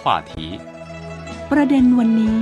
话题ประเด็นวันนี้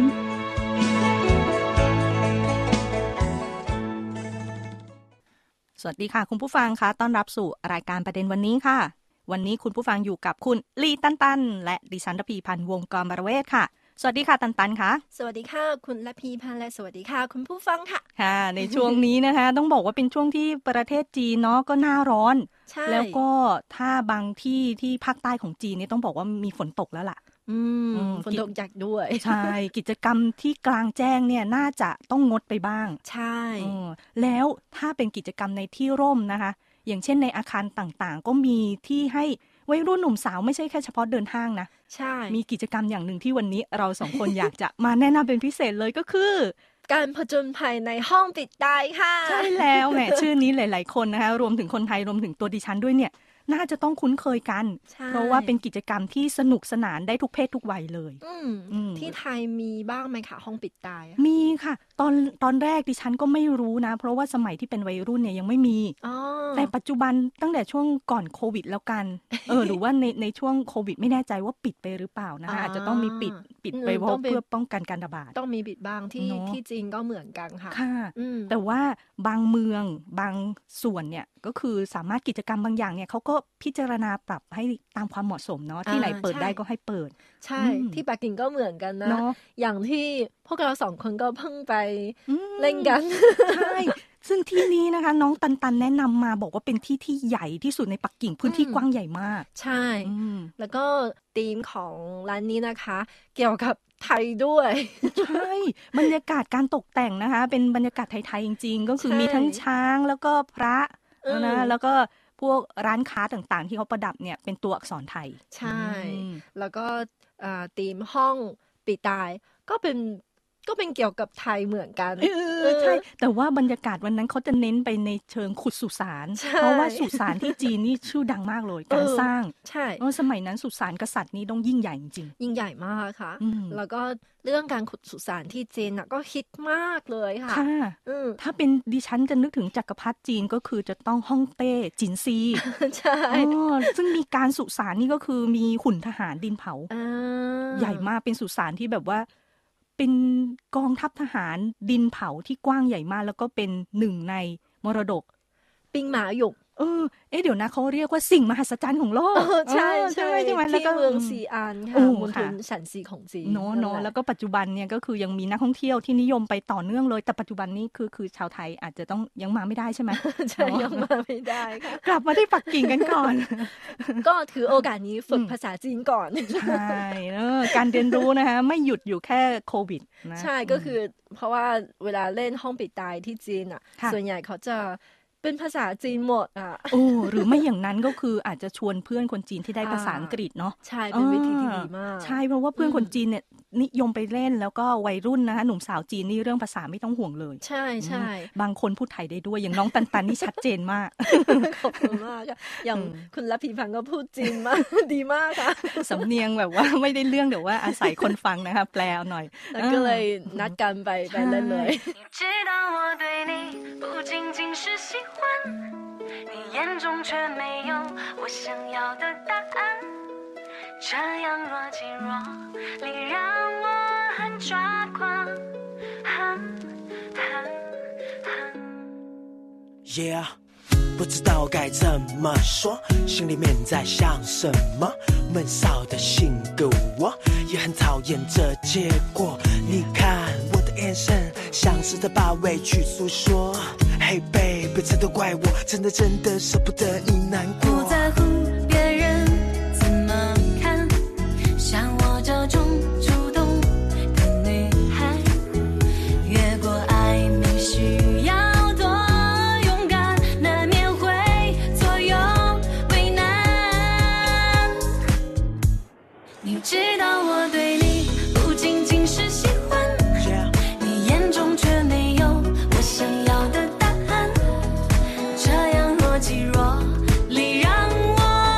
สวัสดีค่ะคุณผู้ฟังคะต้อนรับสู่รายการประเด็นวันนี้ค่ะวันนี้คุณผู้ฟังอยู่กับคุณลีตันตันและดิฉันระพีพันธ์วงศ์กรบรเวศค่ะสวัสดีค่ะตันตันค่ะสวัสดีค่ะคุณระพีพันธ์และสวัสดีค่ะคุณผู้ฟังค่ะค่ะในช่วงนี้นะคะต้องบอกว่าเป็นช่วงที่ประเทศจีนเนาะก็หน้าร้อนแล้วก็ถ้าบางที่ที่ภาคใต้ของจีนนี่ต้องบอกว่ามีฝนตกแล้วล่ะฝนตกหนักด้วยใช่กิจกรรมที่กลางแจ้งเนี่ยน่าจะต้องงดไปบ้างใช่แล้วถ้าเป็นกิจกรรมในที่ร่มนะคะอย่างเช่นในอาคารต่างๆก็มีที่ให้วัยรุ่นหนุ่มสาวไม่ใช่แค่เฉพาะเดินห้างนะใช่มีกิจกรรมอย่างหนึ่งที่วันนี้เราสองคน อยากจะมาแนะนำเป็นพิเศษเลยก็คือการผจญภัยในห้องปิดตายค่ะใช่แล้วแหมชื่อนี้หลายๆคนนะคะรวมถึงคนไทยรวมถึงตัวดิฉันด้วยเนี่ยน่าจะต้องคุ้นเคยกันเพราะว่าเป็นกิจกรรมที่สนุกสนานได้ทุกเพศทุกวัยเลยที่ไทยมีบ้างไหมคะห้องปิดตายมีค่ะตอนแรกดิฉันก็ไม่รู้นะเพราะว่าสมัยที่เป็นวัยรุ่นเนี่ยยังไม่มีแต่ปัจจุบันตั้งแต่ช่วงก่อนโควิดแล้วกันหรือว่าในช่วงโควิดไม่แน่ใจว่าปิดไปหรือเปล่านะคะอาจจะต้องมีปิดไปเพื่อป้องกันการระบาดต้องมีปิดบ้างที่จีนก็เหมือนกันค่ะแต่ว่าบางเมืองบางส่วนเนี่ยก็คือสามารถกิจกรรมบางอย่างเนี่ยเขาก็พิจารณาปรับให้ตามความเหมาะสมเนาะที่ไหนเปิดได้ก็ให้เปิดใช่ที่ปักกิ่งก็เหมือนกันนะอย่างที่พวกเราสองคนก็เพิ่งไปเล่นกันใช่ซึ่งที่นี้นะคะน้องตันแนะนำมาบอกว่าเป็นที่ใหญ่ที่สุดในปักกิ่งพื้นที่กว้างใหญ่มากใช่แล้วก็ธีมของร้านนี้นะคะเกี่ยวกับไทยด้วยใช่บรรยากาศการตกแต่งนะคะเป็นบรรยากาศไทยๆจริงๆก็คือมีทั้งช้างแล้วก็พระนะแล้วก็พวกร้านค้าต่างๆที่เขาประดับเนี่ยเป็นตัวอักษรไทยใช่แล้วก็ธีมห้องปิดตายก็เป็นเกี่ยวกับไทยเหมือนกันใช่แต่ว่าบรรยากาศวันนั้นเขาจะเน้นไปในเชิงขุดสุสานเพราะว่าสุสานที่จีนนี่ชื่อดังมากเลยการสร้างใช่สมัยนั้นสุสานกษัตริย์นี่ต้องยิ่งใหญ่จริงยิ่งใหญ่มากค่ะแล้วก็เรื่องการขุดสุสานที่จีนก็ฮิตมากเลยค่ะถ้าเป็นดิฉันจะนึกถึงจักรพรรดิจีนก็คือจะต้องฮ่องเต้จินซีใช่ซึ่งมีการสุสานนี่ก็คือมีหุ่นทหารดินเผาใหญ่มากเป็นสุสานที่แบบว่าเป็นกองทัพทหารดินเผาที่กว้างใหญ่มากแล้วก็เป็นหนึ่งในมรดกปิงหมาหยกเดี๋ยวนะเขาเรียกว่าสิ่งมหัศจรรย์ของโลกใช่ใช่ที่เมืองซีอานค่ะมณฑลฉันซีของจีนเนาะแล้วก็ปัจจุบันเนี่ยก็คือยังมีนักท่องเที่ยวที่นิยมไปต่อเนื่องเลยแต่ปัจจุบันนี้คือชาวไทยอาจจะต้องยังมาไม่ได้ใช่ไหมใช่ยังมาไม่ได้ค่ะกลับมาที่ปักกิ่งกันก่อนก็ถือโอกาสนี้ฝึกภาษาจีนก่อนใช่การเรียนรู้นะคะไม่หยุดอยู่แค่โควิดนะใช่ก็คือเพราะว่าเวลาเล่นห้องปิดตายที่จีนส่วนใหญ่เขาจะเป็นภาษาจีนหมดหรือไม่อย่างนั้นก็คืออาจจะชวนเพื่อนคนจีนที่ได้ภาษาอังกฤษเนาะใช่เป็นวิธีที่ดีมากใช่เพราะว่าเพื่อนคนจีนเนี่ยนิยมไปเล่นแล้วก็วัยรุ่นนะคะหนุ่มสาวจีนนี่เรื่องภาษาไม่ต้องห่วงเลยใช่ใช่บางคนพูดไทยได้ด้วยอย่างน้องตันนี่ชัดเจนมากขอบคุณมากอย่างคุณระพีพันธ์ก็พูดจีนมากดีมากค่ะสำเนียงแบบว่าไม่ได้เรื่องเดี๋ยวว่าอาศัยคนฟังนะคะแปลหน่อยแล้วก็เลยนัดกันไปเล่นเลย你眼中却没有我想要的答案，这样若即若离让我很抓狂。 Yeah， 不知道该怎么说，心里面在想什么？闷骚的性格我也很讨厌这结果。你看我的眼神，像是在把委屈诉说。Hey baby， 这都怪我，真的舍不得你难过。 不在乎别人怎么看，像我这种主动的女孩，越过暧昧需要多勇敢，难免会左右为难。你知道我对你不仅仅是喜欢，你眼中却没有我想要的。若即若离让我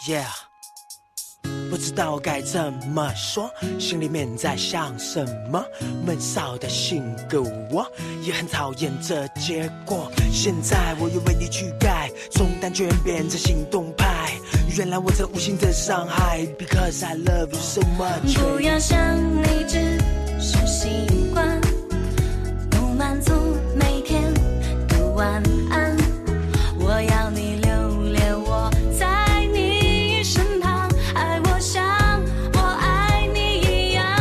Yeah， 不知道该怎么说，心里面在想什么，闷骚的性格我也很讨厌这结果。现在我又为你去改，从单纯变成行动派，原来我这无心的伤害 Because I love you so much。 不要想你只是习惯，不满足每天的晚安，我要你留恋我在你身旁，爱我像我爱你一样。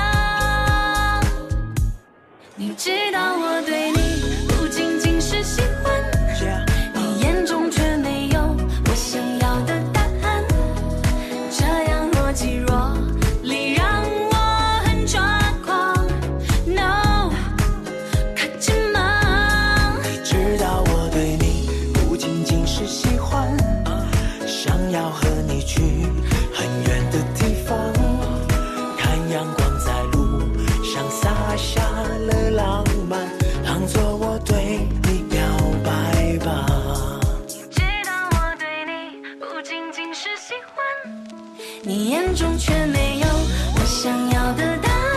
你知道我对你不仅仅是喜欢，你眼中却没有我想要的答案，这样若即若离让我很抓狂。 No， 可紧吗？ 你知道我对你不仅仅是喜欢，想要和你去很远的地方，看阳光在路上洒下了浪漫，当作我对你表白吧。 你知道我对你不仅仅是喜欢，你眼中却没有我想要的答案。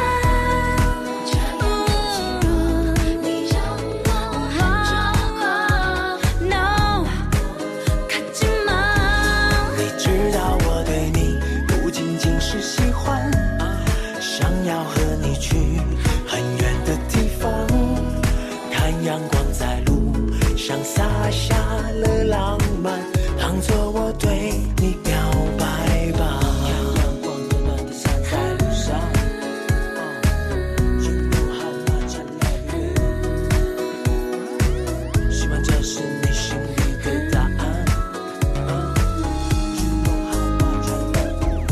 你让我很抓狂。No， 可紧吗？ 你知道我对你不仅仅是喜欢，想要和你去很远的地方，看阳光在路上洒下了浪漫，当作我对你表白吧。看阳光暖暖的洒在路上， You know how much I love you， 希望这是你心里的答案。You know how much I love you。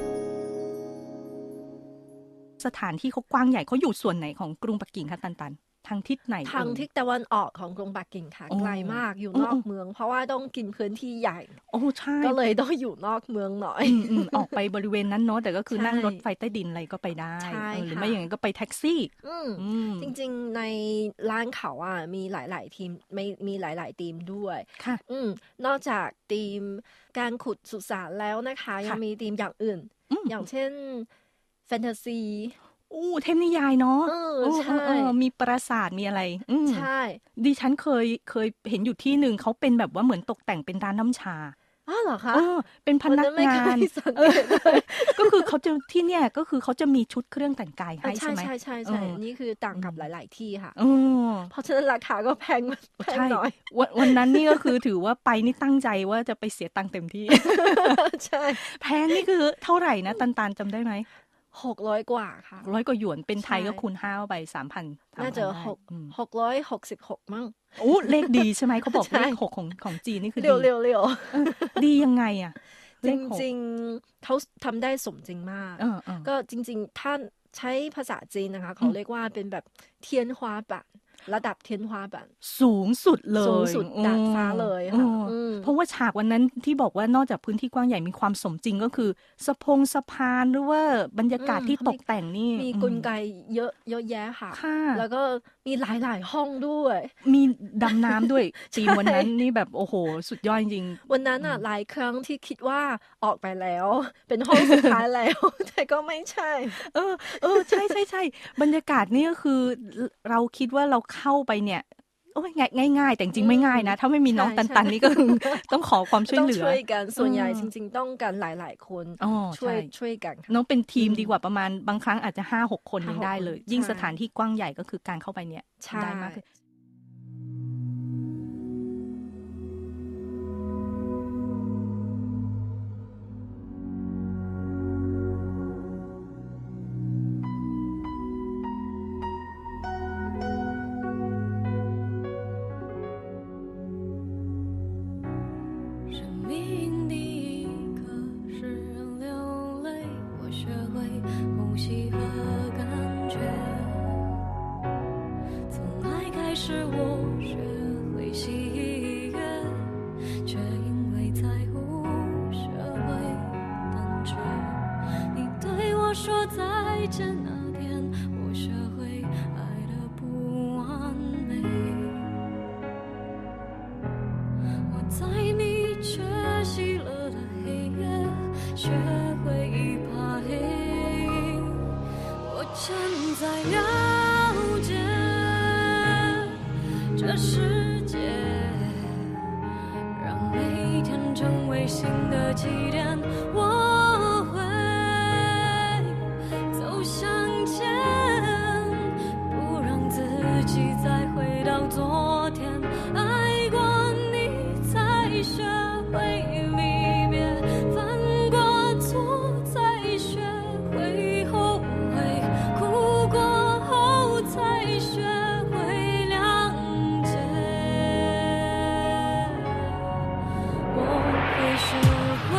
สถานที่เขากว้างใหญ่เขาอยู่ส่วนไหนของกรุงปักกิ่งคะตันทางทิศไหนทางทิศตะวันออกของกรุงปักกิ่งค่ะโอ้ไกลมากอยู่นอกเมือง เพราะว่าต้องกินพื้นที่ใหญ่โอ้ใช่ก็เลยต้องอยู่นอกเมืองหน่อยออกไปบริเวณนั้นเนาะแต่ก็คือใช่นั่งรถไฟใต้ดินอะไรก็ไปได้ใช่หรือค่ะไม่อย่างนั้นก็ไปแท็กซี่อืมจริงๆในร้านเขาอ่ะมีหลายๆทีมมีหลายๆทีมด้วยค่ะนอกจากทีมการขุดสุสานแล้วนะคะ ยังมีทีมอย่างอื่น อย่างเช่นแฟนตาซีอู้เทพนิยายเนาะใช่มีปราสาทมีอะไรใช่ดิฉันเคยเห็นอยู่ที่หนึ่งเขาเป็นแบบว่าเหมือนตกแต่งเป็นร้านน้ำชาอ้าวเหรอคะเป็นพนักไม่งาเคนยสังเกตเลยก็คือเขาจะที่เนี่ยก็คือเขาจะมีชุดเครื่องแต่งกายให้ใช่ใช่ไหมใช่ใช่ใช่นี่คือต่างกับหลาย ๆ ที่ค่ะเออเพราะฉะนั้นราคาก็แพงหใช่น่อยวันนั้นนี่ก็คือถือว่าไปนี่ตั้งใจว่าจะไปเสียตังค์เต็มที่ใช่แพงนี่คือเท่าไหร่นะตันจำได้ไหม 600 กว่าค่ะ 100 กว่าหยวนเป็นไทยใช่ก็คูณ5ไป 3,000 น่าจะ666 มั้งโอ้เลขดีใช่ไหมเขาบอกใช่เลข6ของจีนนี่คือเร็วดีเร็วดียังไงอะจริงๆเขาทำได้สมจริงมาก ก็จริงๆถ้าใช้ภาษาจีนนะคะเขาเรียกว่าเป็นแบบเทียนฮวาบันระดับเทียนฮวาบันสูงสุดเลยสูงสุดดาดฟ้าเลยค่ะเพราะว่าฉากวันนั้นที่บอกว่านอกจากพื้นที่กว้างใหญ่มีความสมจริงก็คือสะพานหรือว่าบรรยากาศที่ตกแต่งนี่มีกลไกเยอะแยะค่ะค่ะแล้วก็มีหลายๆห้องด้วยมีดำน้ำด้วยจีนวันนั้นนี่แบบโอ้โหสุดยอดจริงวันนั้นหลายครั้งที่คิดว่าออกไปแล้ว เป็นห้องสุดท้ายแล้ว แต่ก็ไม่ใช่ใช่บรรยากาศนี่ก็คือเราคิดว่าเราเข้าไปเนี่ยโอ้ยง่ายแต่จริงๆไม่ง่ายนะถ้าไม่มีน้องใช่ตันนี่ก็คือต้องขอความช่วยต้องเหลือช่วยกันส่วนใหญ่จริงๆต้องกันหลายๆคนอ๋อช่วยใช่ช่วยกันค่ะน้องเป็นทีมดีกว่าประมาณบางครั้งอาจจะ 5-6 คนยังได้เลย 5-6 ยิ่งใช่สถานที่กว้างใหญ่ก็คือการเข้าไปเนี่ยใช่ได้มากขึ้น生命第一课是流泪，我学会呼吸和感觉。从爱开始，我学会喜悦，却因为在乎学会胆怯。你对我说再见那天，我学会爱的不完美。我在你缺席了的黑夜， 这世界，让每天成为新的起点。我会走向前，不让自己再回到昨天。爱过你，才学会离别，犯过错，才学会后悔，哭过后，才学会谅解。我会学会。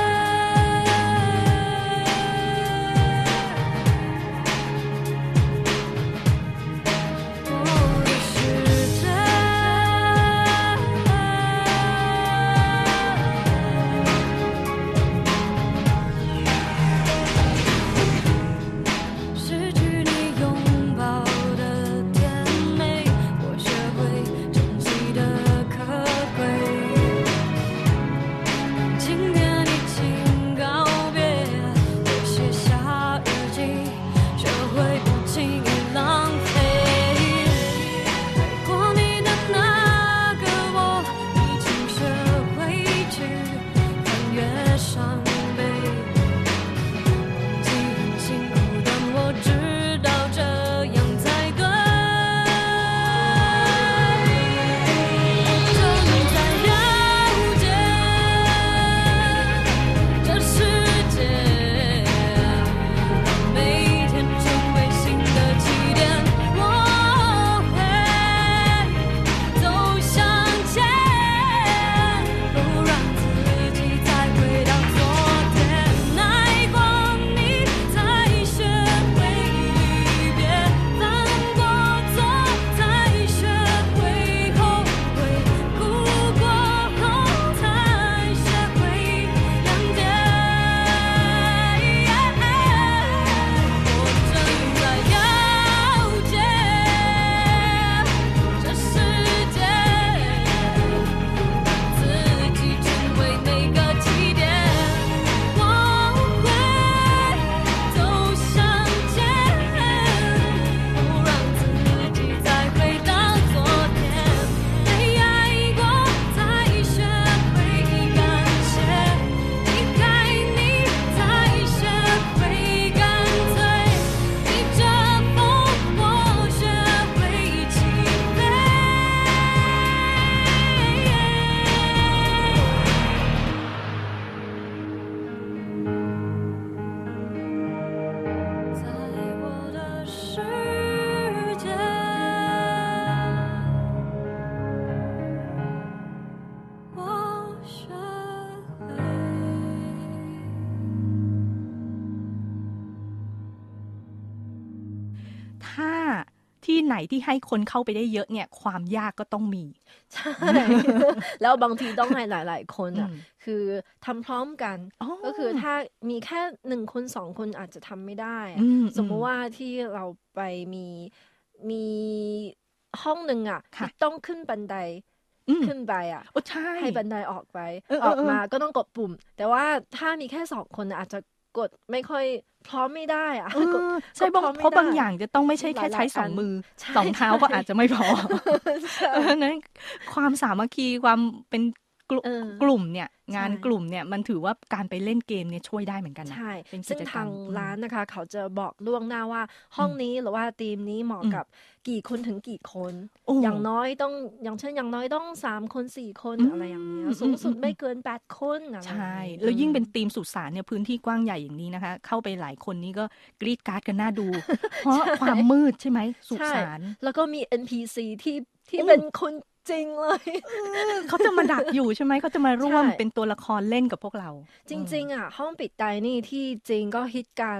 ถ้าที่ไหนที่ให้คนเข้าไปได้เยอะเนี่ยความยากก็ต้องมีใช่แล้วบางทีต้องให้หลายๆคนอ่ะคือทำพร้อมกันก็คือถ้ามีแค่1คน2คนอาจจะทำไม่ได้สมมติว่าที่เราไปมีห้องหนึ่งอ่ะต้องขึ้นบันไดขึ้นไปอ่ะให้บันไดออกไปออกมาก็ต้องกดปุ่มแต่ว่าถ้ามีแค่2คนอาจจะกดไม่ค่อยพร้อมไม่ได้อะใช่เพราะบางอย่างจะต้องไม่ใช่แค่ใช้2มือ2เท้าก็อาจจะไม่พอนั้นความสามัคคีความเป็นกลุ่มเนี่ยงานกลุ่มเนี่ยมันถือว่าการไปเล่นเกมเนี่ยช่วยได้เหมือนกันนะใช่ซึ่งทางร้านนะคะเขาจะบอกล่วงหน้าว่าห้องนี้หรือว่าทีมนี้เหมาะกับกี่คนถึงกี่คนอย่างน้อยต้องอย่างเช่นอย่างน้อยต้อง3คน4คนอะไรอย่างเงี้ยสูงสุดไม่เกิน8คนอะไรใช่แล้วยิ่งเป็นทีมสุสานเนี่ยพื้นที่กว้างใหญ่อย่างนี้นะคะเข้าไปหลายคนนี่ก็กรี๊ดกราร์ดกันน่าดูเพราะความมืดใช่ไหมสุสานแล้วก็มี NPC ที่เป็นคนจริงเลยเขาจะมาดักอยู่ใช่ไหมเขาจะมาร่วมเป็นตัวละครเล่นกับพวกเราจริงๆอ่ะห้องปิดตายนี่ที่จริงก็ฮิตกัน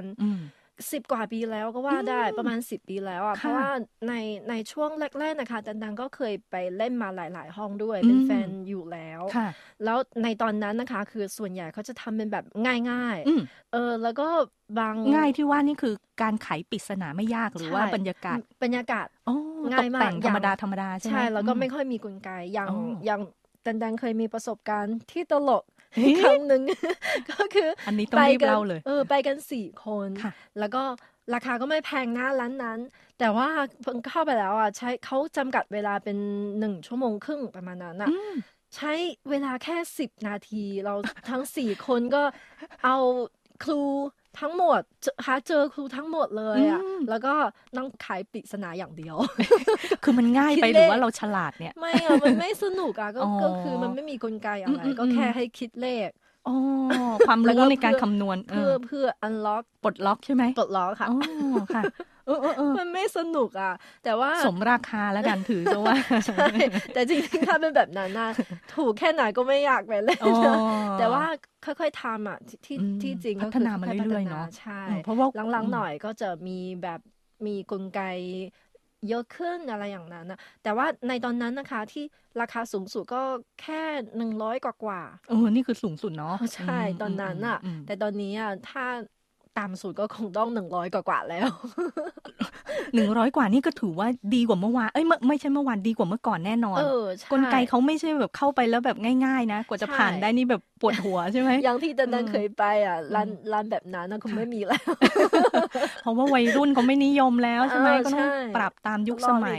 10 กว่าปีแล้วก็ว่าได้ประมาณ10 ปีแล้วอ่ะเพราะว่าในช่วงแรกๆนะคะดังๆก็เคยไปเล่นมาหลายๆห้องด้วยเป็นแฟนอยู่แล้วแล้วในตอนนั้นนะคะคือส่วนใหญ่เขาจะทำเป็นแบบง่ายๆแล้วก็บางง่ายที่ว่านี่คือการไขปริศนาไม่ยากหรือว่าบรรยากาศง่ายมากธรรมดาใช่ไหมใช่แล้วก็ไม่ค่อยมีกลไกอย่างดังๆเคยมีประสบการณ์ที่ตลกครั้งหนึ่งก็คืออันนี้ต้องรีบเล่าเลยไปกัน4 คนแล้วก็ราคาก็ไม่แพงนะร้านนั้นแต่ว่าเพิ่งเข้าไปแล้วอ่ะใช้เขาจำกัดเวลาเป็น1 ชั่วโมงครึ่งประมาณนั้นอ่ะใช้เวลาแค่10 นาทีเราทั้ง4 คนก็เอาครูทั้งหมดหาเจอครูทั้งหมดเลยอ่ะแล้วก็นั่งขายปริศนาอย่างเดียวคือมันง่ายไปหรือว่าเราฉลาดเนี่ยไม่อ่ะมันไม่สนุกอ่ะก็คือมันไม่มีกลไกอะไรก็แค่ให้คิดเลขความรู้ในการคำนวณเพื่อ unlock ปลดล็อกใช่ไหมปลดล็อกค่ะค่ะมันไม่สนุกอ่ะแต่ว่าสมราคาแล้วกันถือซะว่าใช่แต่จริงๆถ้าเป็นแบบนั้นนะถูกแค่ไหนก็ไม่อยากไปเลยแต่ว่าค่อยๆทำอ่ะที่จริงพัฒนามาเรื่อยๆเนาะใช่เพราะว่าหลังๆหน่อยก็จะมีแบบมีกลไกเยอะขึ้นอะไรอย่างนั้นนะแต่ว่าในตอนนั้นนะคะที่ราคาสูงสุดก็แค่100กว่านี่คือสูงสุดเนาะใช่ตอนนั้นอ่ะแต่ตอนนี้อ่ะถ้าต่ำสุดก็คงต้อง100กว่าแล้ว 100กว่านี่ก็ถือว่าดีกว่าเมื่อวานไม่ใช่เมื่อวานดีกว่าเมื่อก่อนแน่นอนกลไกเขาไม่ใช่แบบเข้าไปแล้วแบบง่ายๆนะกว่าจะผ่านได้นี่แบบปวดหัวใช่ไหมอย่างที่ตอนนั้นเคยไปอ่ะร้านแบบนั้นคงไม่มีแล้วเพราะว่าวัยรุ่นเขาไม่นิยมแล้วใช่ไหมก็ต้องปรับตามยุคสมัย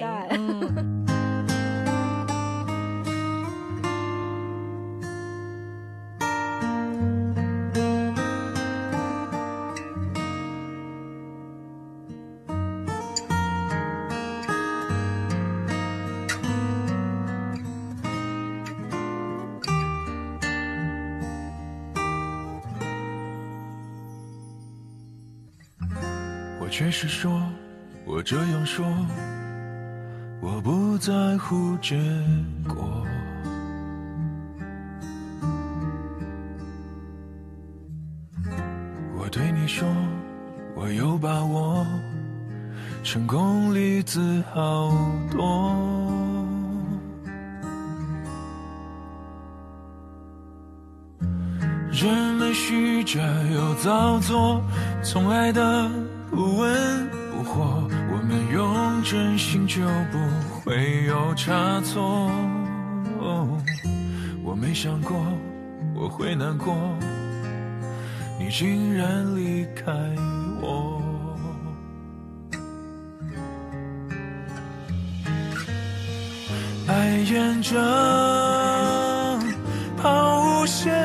我却是说，我这样说，我不在乎结果。我对你说，我有把握，成功例子好多。人们虚着又造作，从来的不温不火，我们用真心就不会有差错。我没想过我会难过，你竟然离开我。爱沿着抛物线，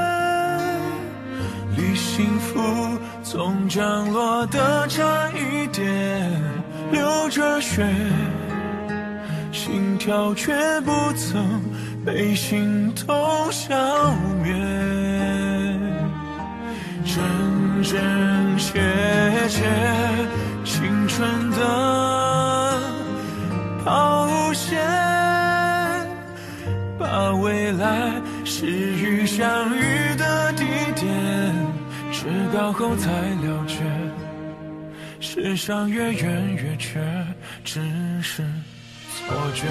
离幸福总降落的差一点，流着血，心跳却不曾被心痛消灭。真真切切，青春的抛物线，把未来始于相遇的地点，直到后才了解，世上越远越缺，只是错觉。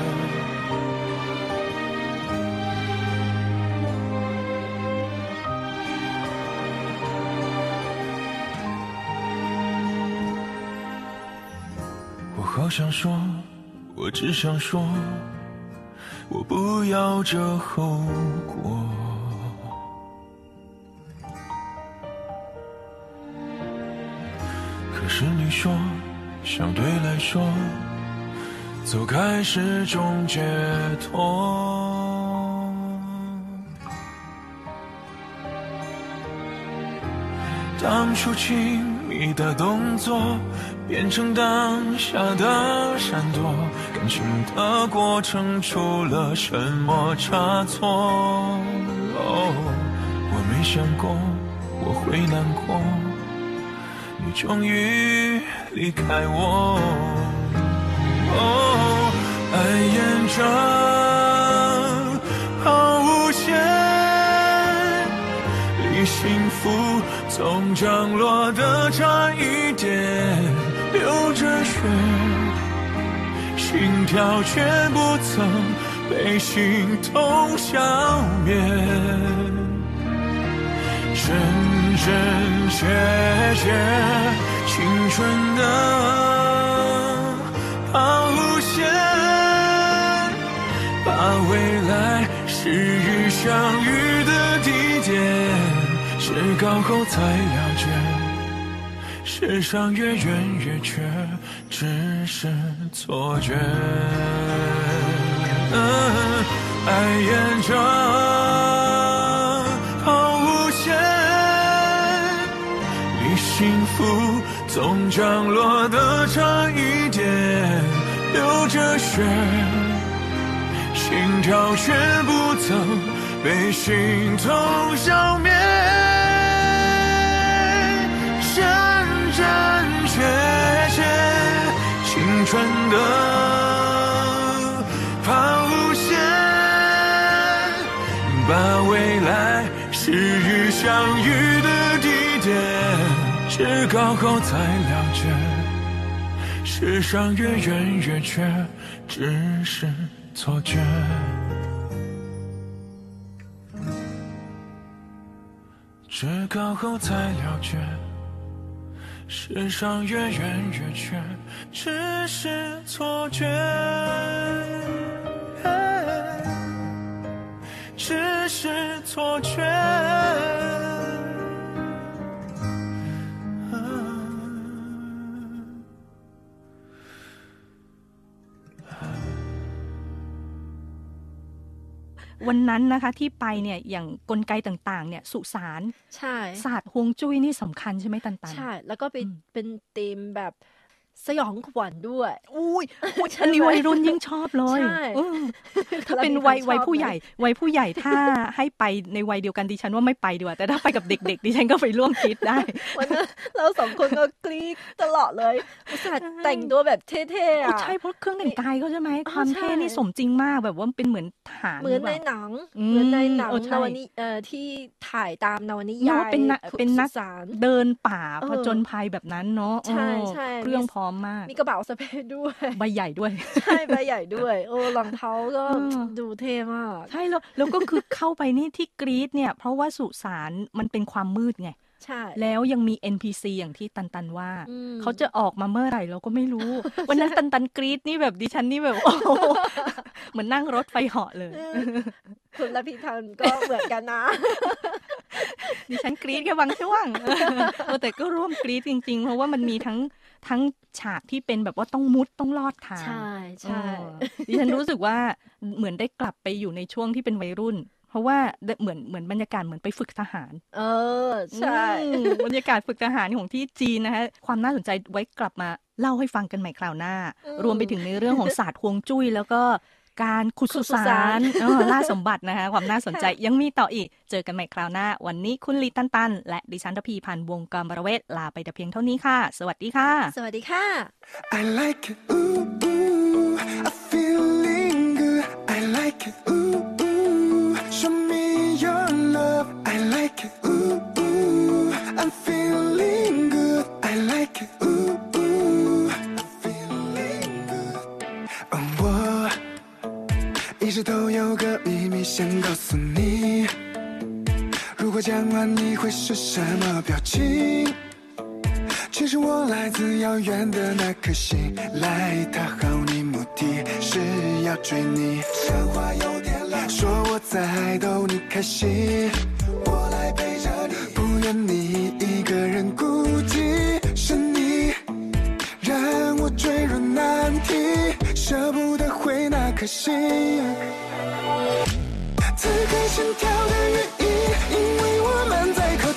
我好想说，我只想说，我不要这后果。可是你说，相对来说，走开是种解脱。当初亲密的动作变成当下的闪躲，感情的过程出了什么差错？我没想过我会难过，你终于离开我。爱沿着抛物线，离幸福总降落的差一点，流着血，心跳却不曾被心痛消灭。真真切切，青春的抛物线，把未来始于相遇的地点，直到后才了解， 世上越远越缺，只是错觉。爱沿着抛物线，离幸福总降落的差一点，流着血，心跳却不曾被心痛消灭。真真切切，青春的抛物线，把未来是与相遇的地点，至高后才了解，世上越远越缺，只是错觉。至高后才了解，世上越远越缺，只是错觉，只是错觉。 วันนั้นนะคะที่ไปเนี่ยอย่างกลไกต่างๆเนี่ยสุสานใช่ศาสตร์ฮวงจุ้ยนี่สำคัญใช่ไหมตันใช่แล้วก็เป็นธีมแบบสยองขวัญด้วยอุ้ยอันนี้วัยรุ่นยิ่งชอบเลยถ้าเป็นวัยผู้ใหญ่ถ้าให้ไปในวัยเดียวกันดิฉันว่าไม่ไปดีกว่าแต่ถ้าไปกับเด็กๆดิฉันก็ไปร่วมกรี๊ดได้วันนั้นเราสองคนก็กรี๊ดตลอดเลยอุตส่าห์แต่งตัวแบบเท่ๆอ่ะใช่เพราะเครื่องแต่งกายเขาใช่ไหมความเท่นี่สมจริงมากแบบว่าเป็นเหมือนทหารเหมือนในหนังนวนิที่ถ่ายตามนวนิยายเป็นนักเดินป่าผจญภัยแบบนั้นเนาะใช่เครื่องพร้อมมากมีกระเป๋าสะพายด้วยใบใหญ่ด้วยใช่ใบใหญ่ด้วยรองเท้าก็ดูเท่มากใช่แล้วก็คือเข้าไปนี่ที่กรี๊ดเนี่ยเพราะว่าสุสานมันเป็นความมืดไงใช่แล้วยังมี NPC อย่างที่ตันว่าเขาจะออกมาเมื่อไหร่เราก็ไม่รู้วันนั้นตันกรี๊ดนี่แบบดิฉันนี่แบบเหมือนนั่งรถไฟเหาะเลยคุณละพิธันก็เหมือนกันนะดิฉันกรี๊ดแค่บางช่วงแต่ก็ร่วมกรี๊ดจริงๆเพราะว่ามันมีทั้งฉากที่เป็นแบบว่าต้องมุดต้องลอดทางใช่ใช่ดิฉันรู้สึกว่าเหมือนได้กลับไปอยู่ในช่วงที่เป็นวัยรุ่นเพราะว่าเหมือนบรรยากาศเหมือนไปฝึกทหารใช่บรรยากาศฝึกทหารของที่จีนนะคะความน่าสนใจไว้กลับมาเล่าให้ฟังกันใหม่คราวหน้ารวมไปถึงในเรื่องของศาสตร์ฮวงจุ้ยแล้วก็การขุดสุสานล่าสมบัตินะคะความน่าสนใจยังมีต่ออีกเจอกันใหม่คราวหน้าวันนี้คุณลีตันและดิฉันระพีพันธ์วงกรบรเวศลาไปแต่เพียงเท่านี้ค่ะสวัสดีค่ะสวัสดีค่ะ I like it ooh ooh I'm feeling good I like it ooh ooh show me your love I like it ooh ooh I'm feeling good I like it ooh ooh I'm feeling good 我一直都有个秘密想告诉你，如果讲完你会是什么表情？其实我来自遥远的那颗星，来讨好你目的是要追你。说话有点烂，说我在逗你开心，我来陪着你，不愿你一个人孤寂，是你让我坠入难题，舍不得回那颗心。此刻心跳的原因，因为我们在。